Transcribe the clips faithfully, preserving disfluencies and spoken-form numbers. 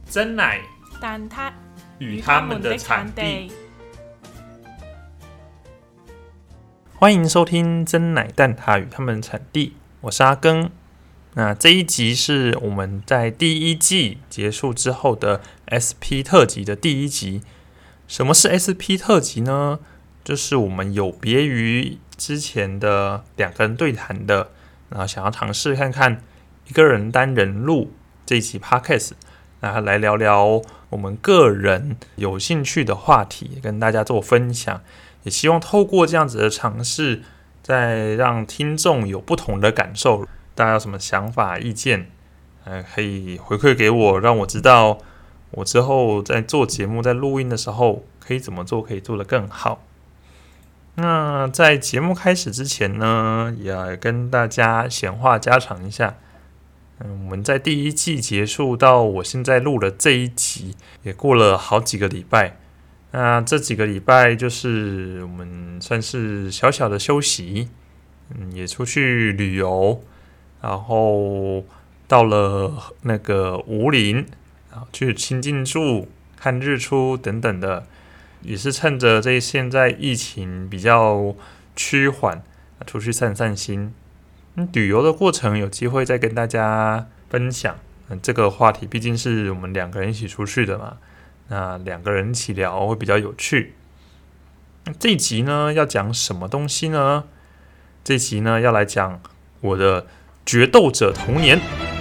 真奶但它与他们的产地。欢迎收听真奶蛋挞与他们的产地，我是阿耕。那这一集是我们在第一季结束之后的 S P 特辑的第一集。什么是 S P 特辑呢？就是我们有别于之前的两个人对谈的，然后想要尝试看看一个人单人录这一集 Podcast， 然后来聊聊我们个人有兴趣的话题，跟大家做分享。也希望透过这样子的尝试，再让听众有不同的感受。大家有什么想法、意见，呃，可以回馈给我，让我知道我之后在做节目、在录音的时候可以怎么做，可以做得更好。那在节目开始之前呢，也跟大家闲话家常一下。嗯，我们在第一季结束到我现在录的这一集，也过了好几个礼拜。那这几个礼拜就是我们算是小小的休息，嗯，也出去旅游，然后到了那个武陵，然后去清境住、看日出等等的，也是趁着这现在疫情比较趋缓，出去散散心。嗯，旅游的过程有机会再跟大家分享。嗯，这个话题毕竟是我们两个人一起出去的嘛。那两个人一起聊会比较有趣。这一集呢要讲什么东西呢？这一集呢要来讲我的决斗者童年。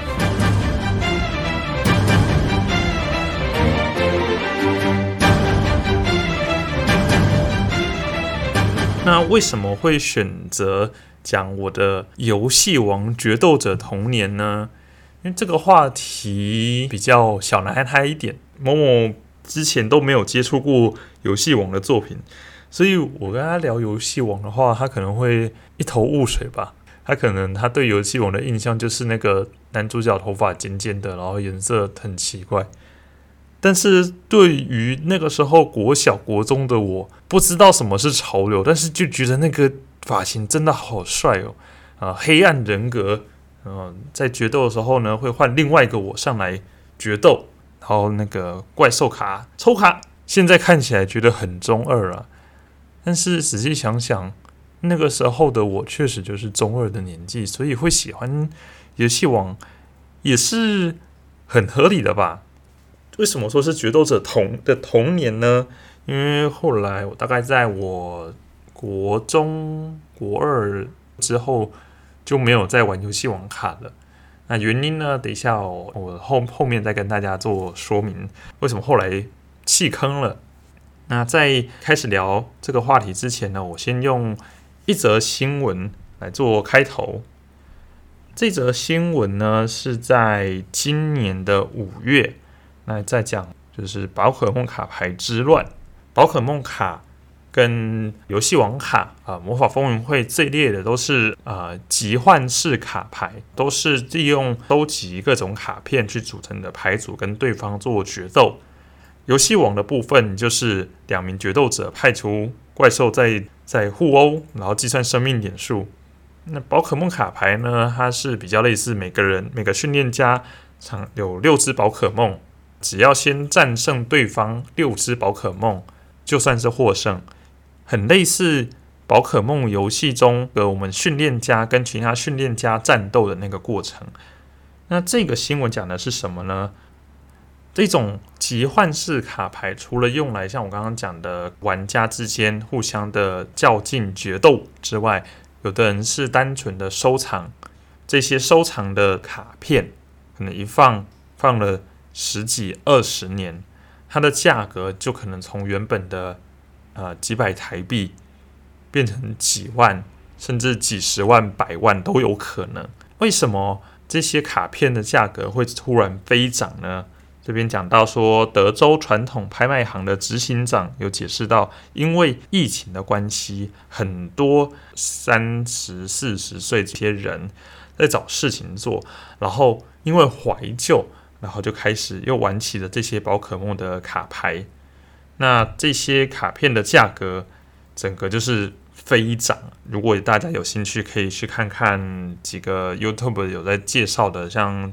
那为什么会选择讲我的游戏王决斗者童年呢？因为这个话题比较小男孩一点，某某之前都没有接触过游戏王的作品，所以我跟他聊游戏王的话，他可能会一头雾水吧。他可能他对游戏王的印象就是那个男主角头发尖尖的，然后颜色很奇怪。但是对于那个时候国小国中的我，不知道什么是潮流，但是就觉得那个发型真的好帅哦！啊，黑暗人格，嗯，在决斗的时候呢，会换另外一个我上来决斗。然后那个怪兽卡抽卡，现在看起来觉得很中二啊，但是仔细想想，那个时候的我确实就是中二的年纪，所以会喜欢游戏王也是很合理的吧？为什么说是决斗者童的童年呢？因为后来我大概在我国中国二之后就没有再玩游戏王卡了。那原因呢？等一下我，我后后面再跟大家做说明，为什么后来弃坑了。那在开始聊这个话题之前呢，我先用一则新闻来做开头。这则新闻呢是在今年的五月，那在讲就是宝可梦卡牌之乱，宝可梦卡跟游戏王卡啊、魔法风云会这一列的都是呃集换式卡牌，都是利用收集各种卡片去组成的牌组，跟对方做决斗。游戏王的部分就是两名决斗者派出怪兽在在互殴，然后计算生命点数。那宝可梦卡牌呢，它是比较类似每个人每个训练家场有六只宝可梦，只要先战胜对方六只宝可梦，就算是获胜。很类似宝可梦游戏中的我们训练家跟其他训练家战斗的那个过程。那这个新闻讲的是什么呢？这种集换式卡牌除了用来像我刚刚讲的玩家之间互相的较劲决斗之外，有的人是单纯的收藏。这些收藏的卡片可能一放放了十几二十年，它的价格就可能从原本的呃，几百台币变成几万，甚至几十万、百万都有可能。为什么这些卡片的价格会突然飞涨呢？这边讲到说，德州传统拍卖行的执行长有解释到，因为疫情的关系，很多三十、四十岁这些人在找事情做，然后因为怀旧，然后就开始又玩起了这些宝可梦的卡牌。那这些卡片的价格整个就是飞涨。如果大家有兴趣，可以去看看几个 YouTube 有在介绍的，像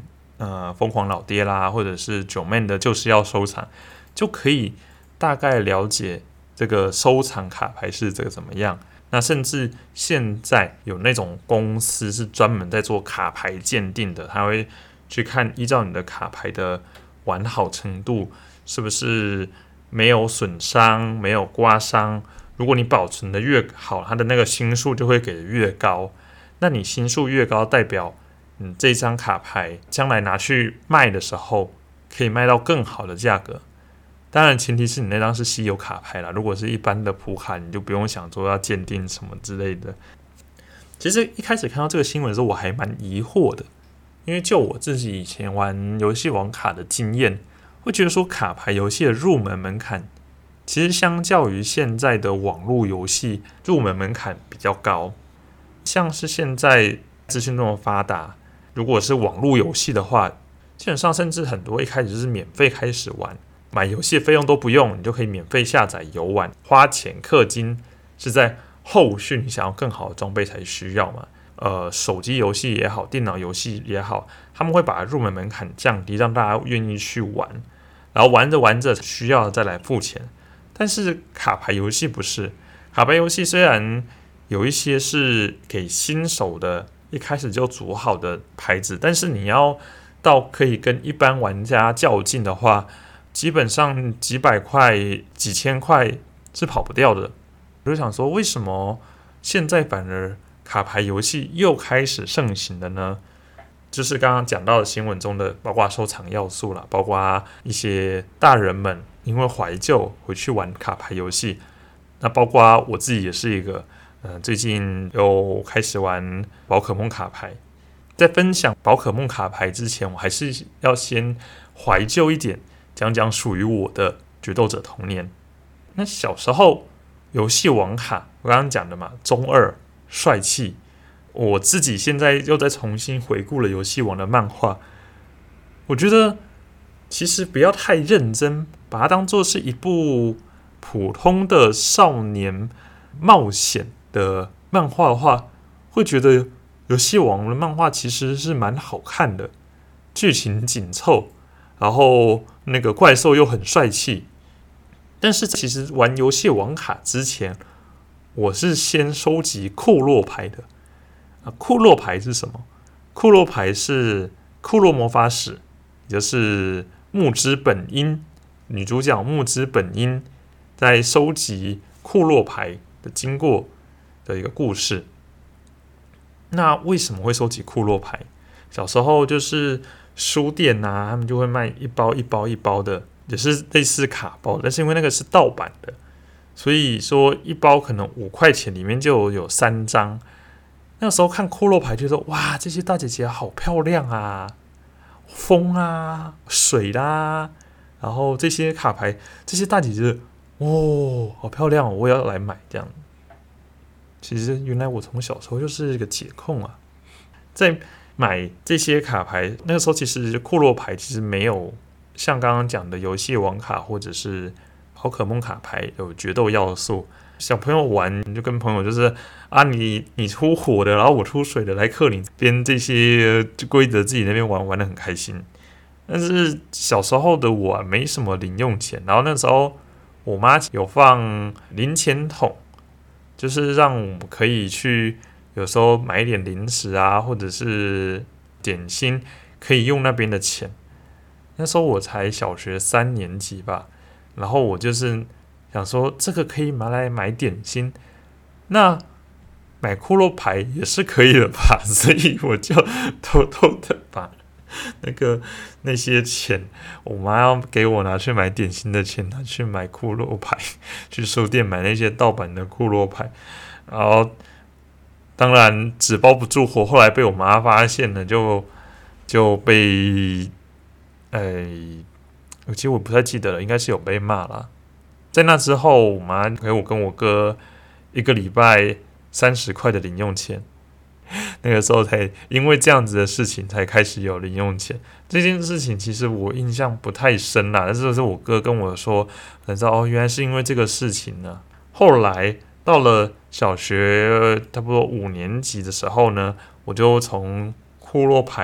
呃疯狂老爹啦，或者是九妹的就是要收藏，就可以大概了解这个收藏卡牌是这个怎么样。那甚至现在有那种公司是专门在做卡牌鉴定的，他会去看依照你的卡牌的完好程度是不是没有损伤、没有刮伤。如果你保存的越好，它的那个星数就会给的越高。那你星数越高，代表你这张卡牌将来拿去卖的时候，可以卖到更好的价格。当然，前提是你那张是稀有卡牌啦。如果是一般的普卡，你就不用想说要鉴定什么之类的。其实一开始看到这个新闻的时候，我还蛮疑惑的，因为就我自己以前玩游戏王卡的经验，会觉得说卡牌游戏的入门门槛，其实相较于现在的网络游戏，入门门槛比较高。像是现在资讯这么发达，如果是网络游戏的话，基本上甚至很多一开始就是免费开始玩。买游戏费用都不用，你就可以免费下载游玩，花钱氪金是在后续你想要更好的装备才需要嘛。呃，手机游戏也好，电脑游戏也好，他们会把入门门槛降低，让大家愿意去玩，然后玩着玩着需要再来付钱。但是卡牌游戏不是，卡牌游戏虽然有一些是给新手的，一开始就组好的牌子，但是你要到可以跟一般玩家较劲的话，基本上几百块、几千块是跑不掉的。我就想说，为什么现在反而卡牌游戏又开始盛行了呢？就是刚刚讲到的新闻中的，包括收藏要素啦，包括一些大人们因为怀旧回去玩卡牌游戏。那包括我自己也是一个，呃，最近又开始玩宝可梦卡牌。在分享宝可梦卡牌之前，我还是要先怀旧一点。讲讲属于我的决斗者童年。那小时候游戏王卡，我刚刚讲的嘛，中二帅气。我自己现在又再重新回顾了游戏王的漫画，我觉得其实不要太认真，把它当作是一部普通的少年冒险的漫画的话，会觉得游戏王的漫画其实是蛮好看的，剧情紧凑。然后那个怪兽又很帅气，但是其实玩游戏王卡之前，我是先收集库洛牌的。啊，库洛牌是什么？库洛牌是库洛魔法使，也就是木之本樱女主角木之本樱在收集库洛牌的经过的一个故事。那为什么会收集库洛牌？小时候就是书店啊，他们就会卖一包一包一包的，也是类似卡包，但是因为那个是盗版的，所以说一包可能五块钱，里面就有三张。那时候看库洛牌就说，哇，这些大姐姐好漂亮啊，风啊，水啦、啊，然后这些卡牌，这些大姐姐，哦，好漂亮、哦，我也要来买这样。其实原来我从小时候就是一个解控啊，在买这些卡牌，那个时候其实库洛牌其实没有像刚刚讲的游戏王卡或者是宝可梦卡牌有决斗要素。小朋友玩就跟朋友就是啊，你你出火的，然后我出水的来克你边这些规则自己那边玩玩得很开心。但是小时候的我、啊、没什么零用钱，然后那时候我妈有放零钱筒，就是让我们可以去有时候买一点零食啊，或者是点心，可以用那边的钱。那时候我才小学三年级吧，然后我就是想说这个可以拿来买点心，那买骷髅牌也是可以的吧，所以我就偷偷的把那个那些钱，我妈要给我拿去买点心的钱，拿去买骷髅牌，去书店买那些盗版的骷髅牌，然后当然纸包不住火，后来被我妈发现了，就就被，哎，其实我不太记得了，应该是有被骂啦。在那之后，我妈给我跟我哥一个礼拜三十块的零用钱，那个时候才因为这样子的事情才开始有零用钱。这件事情其实我印象不太深啦，但是是我哥跟我说，才知道哦，原来是因为这个事情呢。后来到了小学差不多五年级的时候呢，我就从骷髅牌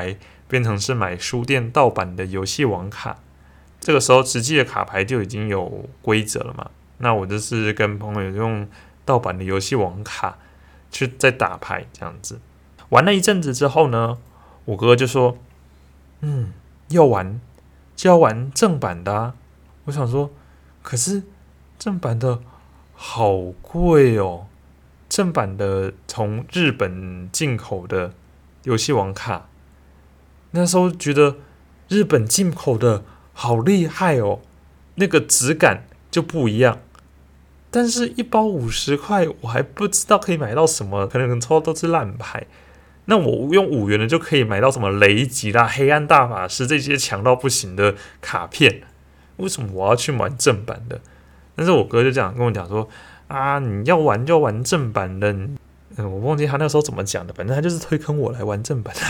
变成是买书店盗版的游戏王卡。这个时候实际的卡牌就已经有规则了嘛，那我就是跟朋友用盗版的游戏王卡去再打牌这样子。玩了一阵子之后呢，我哥就说嗯，要玩就要玩正版的啊。我想说可是正版的好贵哦，正版的从日本进口的游戏王卡，那时候觉得日本进口的好厉害哦，那个质感就不一样。但是一包五十块，我还不知道可以买到什么，可能抽到都是烂牌。那我用五元的就可以买到什么雷吉啦、黑暗大法师这些强到不行的卡片，为什么我要去玩正版的？但是我哥就这样跟我讲说啊，你要玩就玩正版的。嗯，我忘记他那时候怎么讲的，反正他就是推坑我来玩正版的。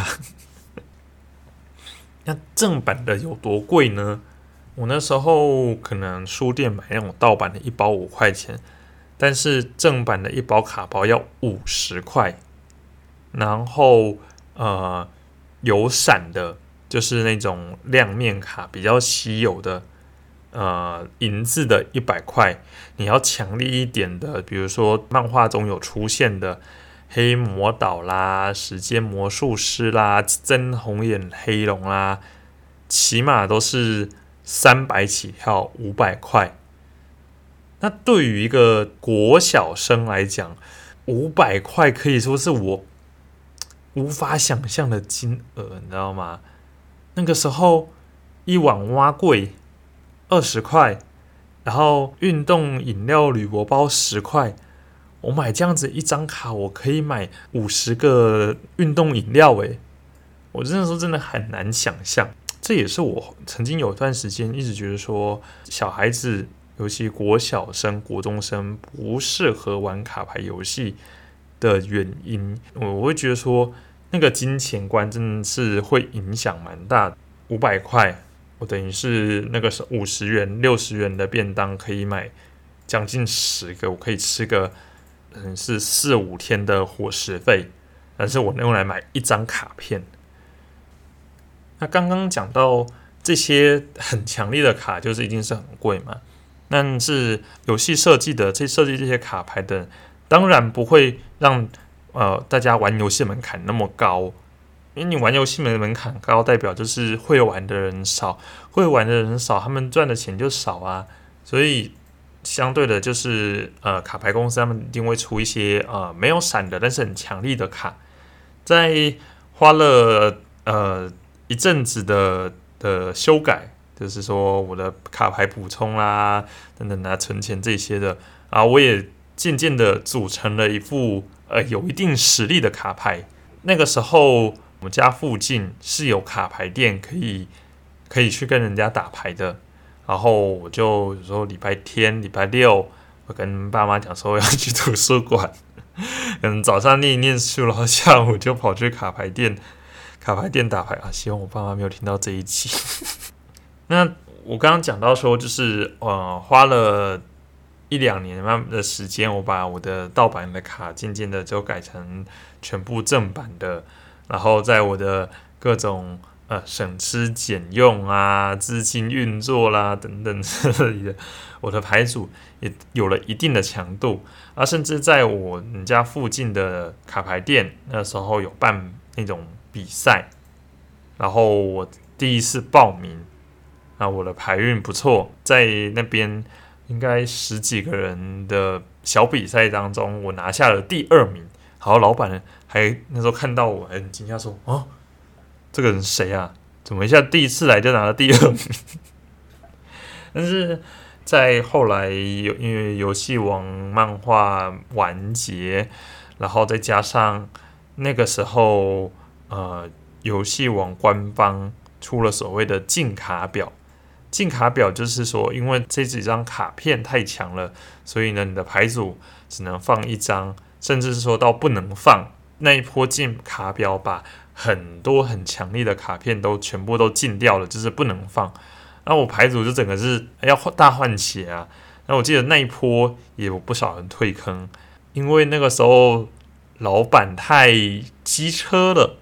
那正版的有多贵呢？我那时候可能书店买那种盗版的一包五块钱，但是正版的一包卡包要五十块。然后呃，有闪的，就是那种亮面卡比较稀有的，呃，银质的一百块。你要强力一点的，比如说漫画中有出现的黑魔导啦、时间魔术师啦、真红眼黑龙啦，起码都是三百起跳，五百块。那对于一个国小生来讲，五百块可以说是我无法想象的金额，你知道吗？那个时候一碗蛙桂二十块，然后运动饮料铝箔包十块，我买这样子一张卡，我可以买五十个运动饮料诶，我真的说真的很难想象。这也是我曾经有段时间一直觉得说，小孩子尤其国小生、国中生不适合玩卡牌游戏的原因。我会觉得说，那个金钱观真的是会影响蛮大的。五百块，我等于是那个五十元、六十元的便当可以买将近十个，我可以吃个嗯是四五天的伙食费，但是我用来买一张卡片。那刚刚讲到这些很强力的卡，就是一定是很贵嘛。但是游戏设计的，这设计这些卡牌的，当然不会让呃大家玩游戏门槛那么高，因为你玩游戏的门槛高，代表就是会玩的人少，会玩的人少，他们赚的钱就少啊。所以相对的，就是呃卡牌公司他们一定会出一些呃没有闪的，但是很强力的卡，在花了呃。一阵子的的修改，就是说我的卡牌补充啦，等等啊，存钱这些的啊，我也渐渐的组成了一副呃有一定实力的卡牌。那个时候我们家附近是有卡牌店可以可以去跟人家打牌的，然后我就有时候礼拜天、礼拜六，我跟爸妈讲说要去图书馆，嗯，早上念一念书，然后下午就跑去卡牌店。卡牌店打牌啊，希望我爸妈没有听到这一集。那我刚刚讲到说，就是呃，花了一两年的时间，我把我的盗版的卡渐渐的就改成全部正版的，然后在我的各种呃省吃俭用啊、资金运作啦等等之类的，我的牌组也有了一定的强度啊，甚至在我们家附近的卡牌店，那时候有办那种比赛，然后我第一次报名，那我的牌运不错，在那边应该十几个人的小比赛当中，我拿下了第二名。好，老板还那时候看到我，还很惊讶说：“哦，这个人谁啊？怎么一下第一次来就拿了第二名？”但是在后来，因为游戏王漫画完结，然后再加上那个时候。呃，游戏王官方出了所谓的禁卡表，禁卡表就是说，因为这几张卡片太强了，所以呢，你的牌组只能放一张，甚至是说到不能放。那一波禁卡表把很多很强力的卡片都全部都禁掉了，就是不能放。那我牌组就整个是要大换血啊！那我记得那一波也有不少人退坑，因为那个时候老板太机车了。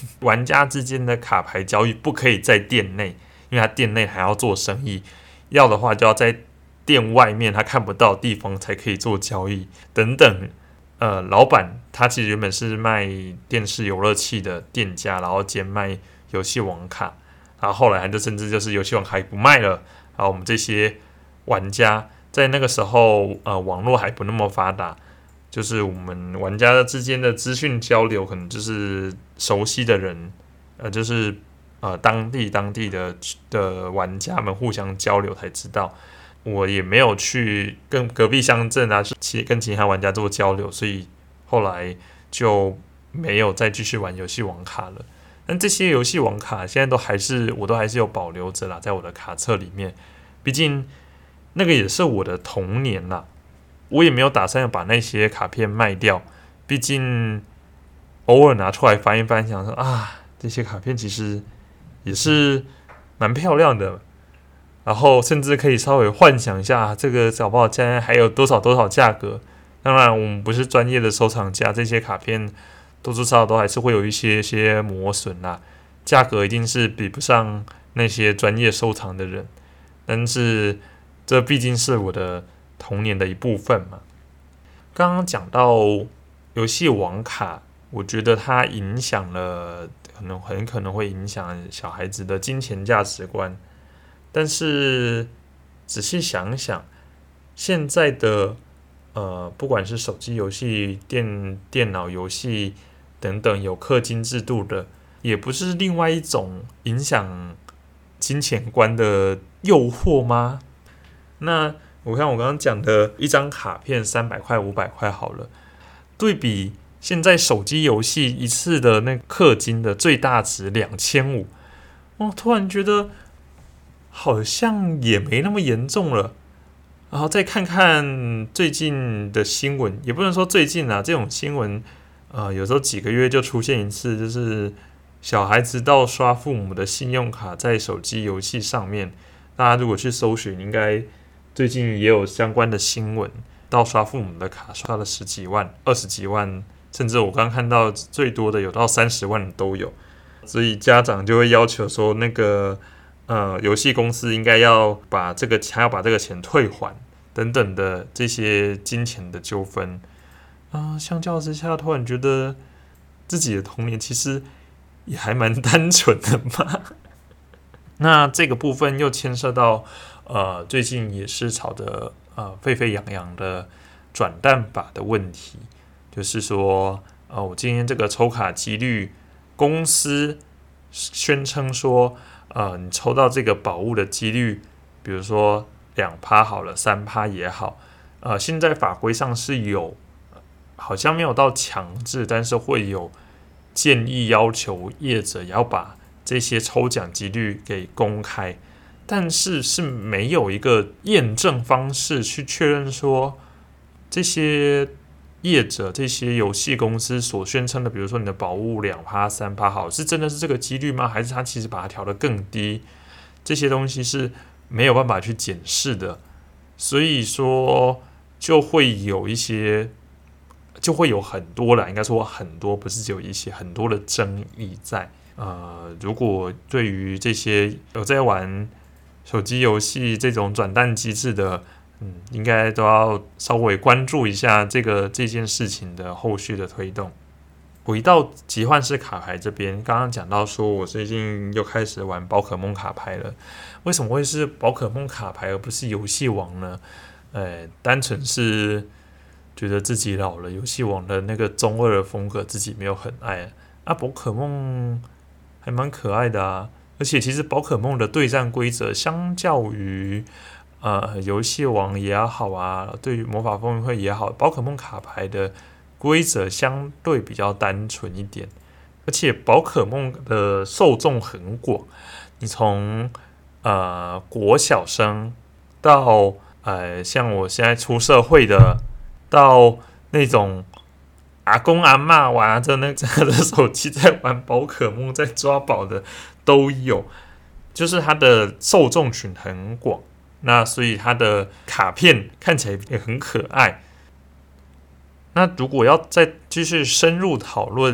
玩家之间的卡牌交易不可以在店内，因为他店内还要做生意，要的话就要在店外面他看不到的地方才可以做交易等等。呃，老板他其实原本是卖电视游乐器的店家，然后兼卖游戏王卡，然后后来他就甚至就是游戏王卡也不卖了。然后我们这些玩家在那个时候，呃，网络还不那么发达，就是我们玩家之间的资讯交流，可能就是熟悉的人，呃，就是呃当地当地的的玩家们互相交流才知道。我也没有去跟隔壁乡镇啊，去跟其他玩家做交流，所以后来就没有再继续玩游戏王卡了。但这些游戏王卡现在都还是，我都还是有保留着啦，在我的卡册里面。毕竟那个也是我的童年啦，我也没有打算要把那些卡片卖掉。毕竟偶尔拿出来翻一翻，想说啊，这些卡片其实也是蛮漂亮的。然后甚至可以稍微幻想一下，这个搞不好现在还有多少多少价格。当然，我们不是专业的收藏家，这些卡片多多少少都还是会有一些些磨损啦，价格一定是比不上那些专业收藏的人。但是这毕竟是我的童年的一部分嘛。刚刚讲到游戏王卡，我觉得它影响了，可能很可能会影响小孩子的金钱价值观。但是仔细想想，现在的呃，不管是手机游戏、电电脑游戏等等有氪金制度的，也不是另外一种影响金钱观的诱惑吗？那我看我刚刚讲的一张卡片三百块、五百块好了，对比现在手机游戏一次的那氪金的最大值两千五，我突然觉得好像也没那么严重了。然后再看看最近的新闻，也不能说最近啊，这种新闻，呃，有时候几个月就出现一次，就是小孩子盗刷父母的信用卡在手机游戏上面。大家如果去搜寻，应该最近也有相关的新闻，盗刷父母的卡，刷了十几万、二十几万，甚至我刚看到最多的有到三十万都有。所以家长就会要求说，那个呃，游戏公司应该要把这个，还要把这个钱退还等等的这些金钱的纠纷啊、呃。相较之下，突然觉得自己的童年其实也还蛮单纯的嘛。那这个部分又牵涉到呃，最近也是吵得呃沸沸扬扬的转蛋法的问题，就是说，呃，我今天这个抽卡几率，公司宣称说。呃，你抽到这个宝物的几率，比如说两趴好了，三趴也好，呃，现在法规上是有，好像没有到强制，但是会有建议要求业者也要把这些抽奖几率给公开，但是是没有一个验证方式去确认说这些业者、这些游戏公司所宣称的，比如说你的宝物两趴、三趴，好，是真的是这个几率吗？还是他其实把它调得更低？这些东西是没有办法去检视的，所以说就会有一些，就会有很多啦，应该说很多，不是只有一些，很多的争议在。呃，如果对于这些有在玩手机游戏这种转蛋机制的，嗯，应该都要稍微关注一下这个这件事情的后续的推动。回到集幻式卡牌这边，刚刚讲到说我最近又开始玩宝可梦卡牌了。为什么会是宝可梦卡牌而不是游戏王呢？呃，单纯是觉得自己老了，游戏王的那个中二的风格自己没有很爱啊。宝可梦还蛮可爱的啊，而且其实宝可梦的对战规则相较于呃，游戏王也好啊，对于魔法风云会也好，宝可梦卡牌的规则相对比较单纯一点，而且宝可梦的受众很广，你从呃国小生到呃像我现在出社会的，到那种阿公阿嬷玩着那着手机在玩宝可梦在抓宝的都有，就是它的受众群很广。那所以它的卡片看起来也很可爱。那如果要再继续深入讨论，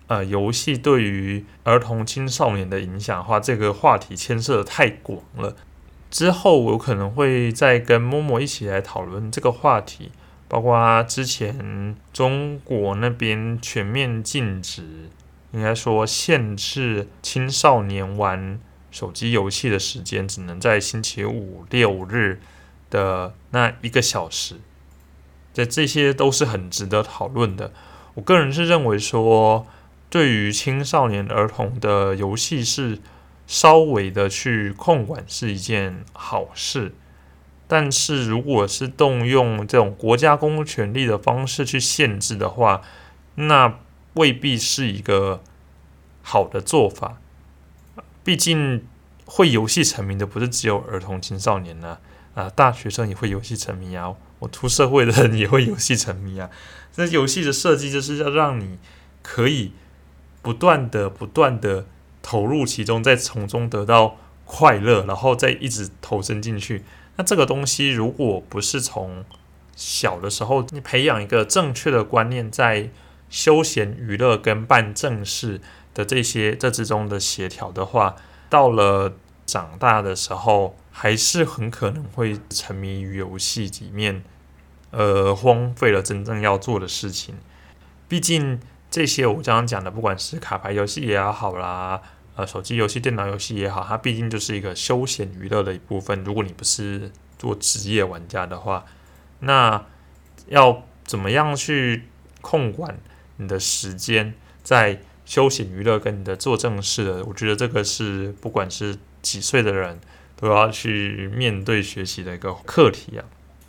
呃游戏对于儿童青少年的影响的话，这个话题牵涉的太广了。之后我可能会再跟默默一起来讨论这个话题，包括之前中国那边全面禁止，应该说限制青少年玩手机游戏的时间，只能在星期五六日的那一个小时。这这些都是很值得讨论的。我个人是认为说，对于青少年儿童的游戏是稍微的去控管是一件好事，但是如果是动用这种国家公权力的方式去限制的话，那未必是一个好的做法。毕竟会游戏沉迷的不是只有儿童青少年啊，啊，大学生也会游戏沉迷啊，我出社会的人也会游戏沉迷啊。这游戏的设计就是要让你可以不断的、不断的投入其中，再从中得到快乐，然后再一直投身进去。那这个东西如果不是从小的时候你培养一个正确的观念，在休闲娱乐跟办正事的这些这之中的协调的话，到了长大的时候，还是很可能会沉迷于游戏里面，呃，荒废了真正要做的事情。毕竟这些我刚刚讲的，不管是卡牌游戏也好啦，呃，手机游戏、电脑游戏也好，它毕竟就是一个休闲娱乐的一部分。如果你不是做职业玩家的话，那要怎么样去控管你的时间，在休闲娱乐跟你的做正事的，我觉得这个是不管是几岁的人都要去面对学习的一个课题啊。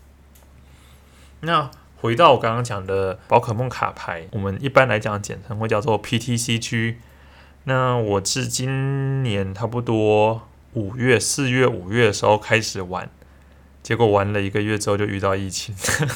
那回到我刚刚讲的宝可梦卡牌，我们一般来讲简称会叫做 P T C G。那我至今年差不多五月、四月、五月的时候开始玩，结果玩了一个月之后就遇到疫情。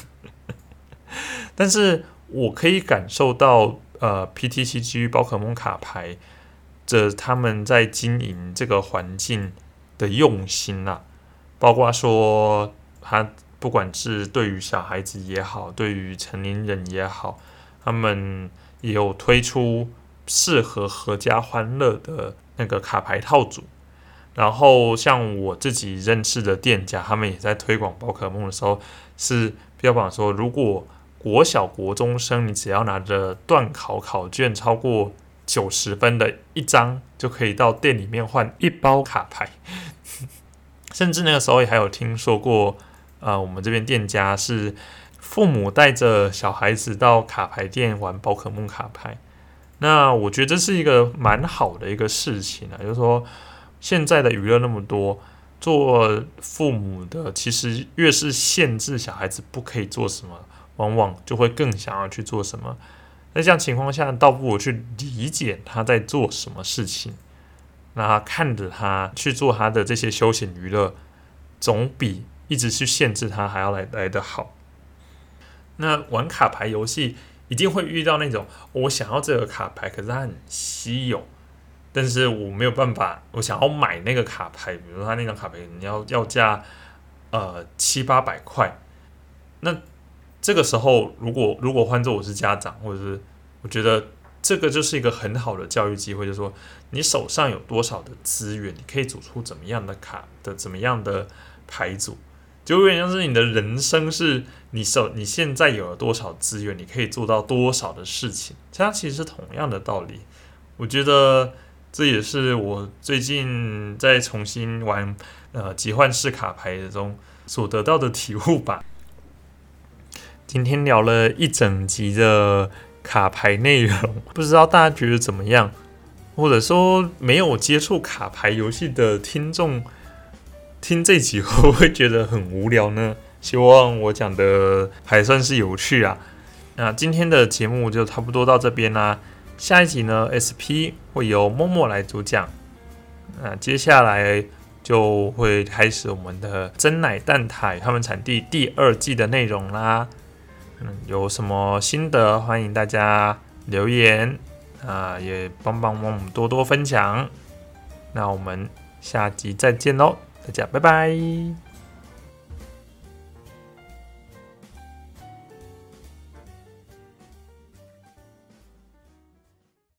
但是我可以感受到，呃 ，P T C G 宝可梦卡牌这他们在经营这个环境的用心啊，包括说他不管是对于小孩子也好，对于成年人也好，他们也有推出适合合家欢乐的那个卡牌套组。然后像我自己认识的店家，他们也在推广宝可梦的时候，是标榜说，如果国小国中生，你只要拿着段考考卷超过九十分的一张，就可以到店里面换一包卡牌。甚至那个时候还有听说过，呃，我们这边店家是父母带着小孩子到卡牌店玩宝可梦卡牌。那我觉得这是一个蛮好的一个事情啊，就是说现在的娱乐那么多，做父母的其实越是限制小孩子不可以做什么，往往就会更想要去做什么。在这样情况下，倒不如去理解他在做什么事情，那看着他去做他的这些休闲娱乐，总比一直去限制他还要来来得好。那玩卡牌游戏一定会遇到那种，我想要这个卡牌，可是它很稀有，但是我没有办法，我想要买那个卡牌，比如说他那张卡牌你要要价呃七八百块，那这个时候如果如果换作我是家长，或者是我觉得这个就是一个很好的教育机会，就是说你手上有多少的资源，你可以组出怎么样的卡的怎么样的牌组，就有点像是你的人生是你手你现在有了多少资源，你可以做到多少的事情，它其实是同样的道理。我觉得这也是我最近在重新玩呃集幻式卡牌中所得到的体悟吧。今天聊了一整集的卡牌内容，不知道大家觉得怎么样？或者说没有接触卡牌游戏的听众，听这集会不会觉得很无聊呢？希望我讲的还算是有趣啊。那今天的节目就差不多到这边啦。下一集呢 ，S P 会由默默来主讲。那接下来就会开始我们的珍奶蛋挞与他们产地第二季的内容啦。嗯，有什么心得，欢迎大家留言啊，也帮帮我们多多分享。那我们下集再见喽，大家拜拜。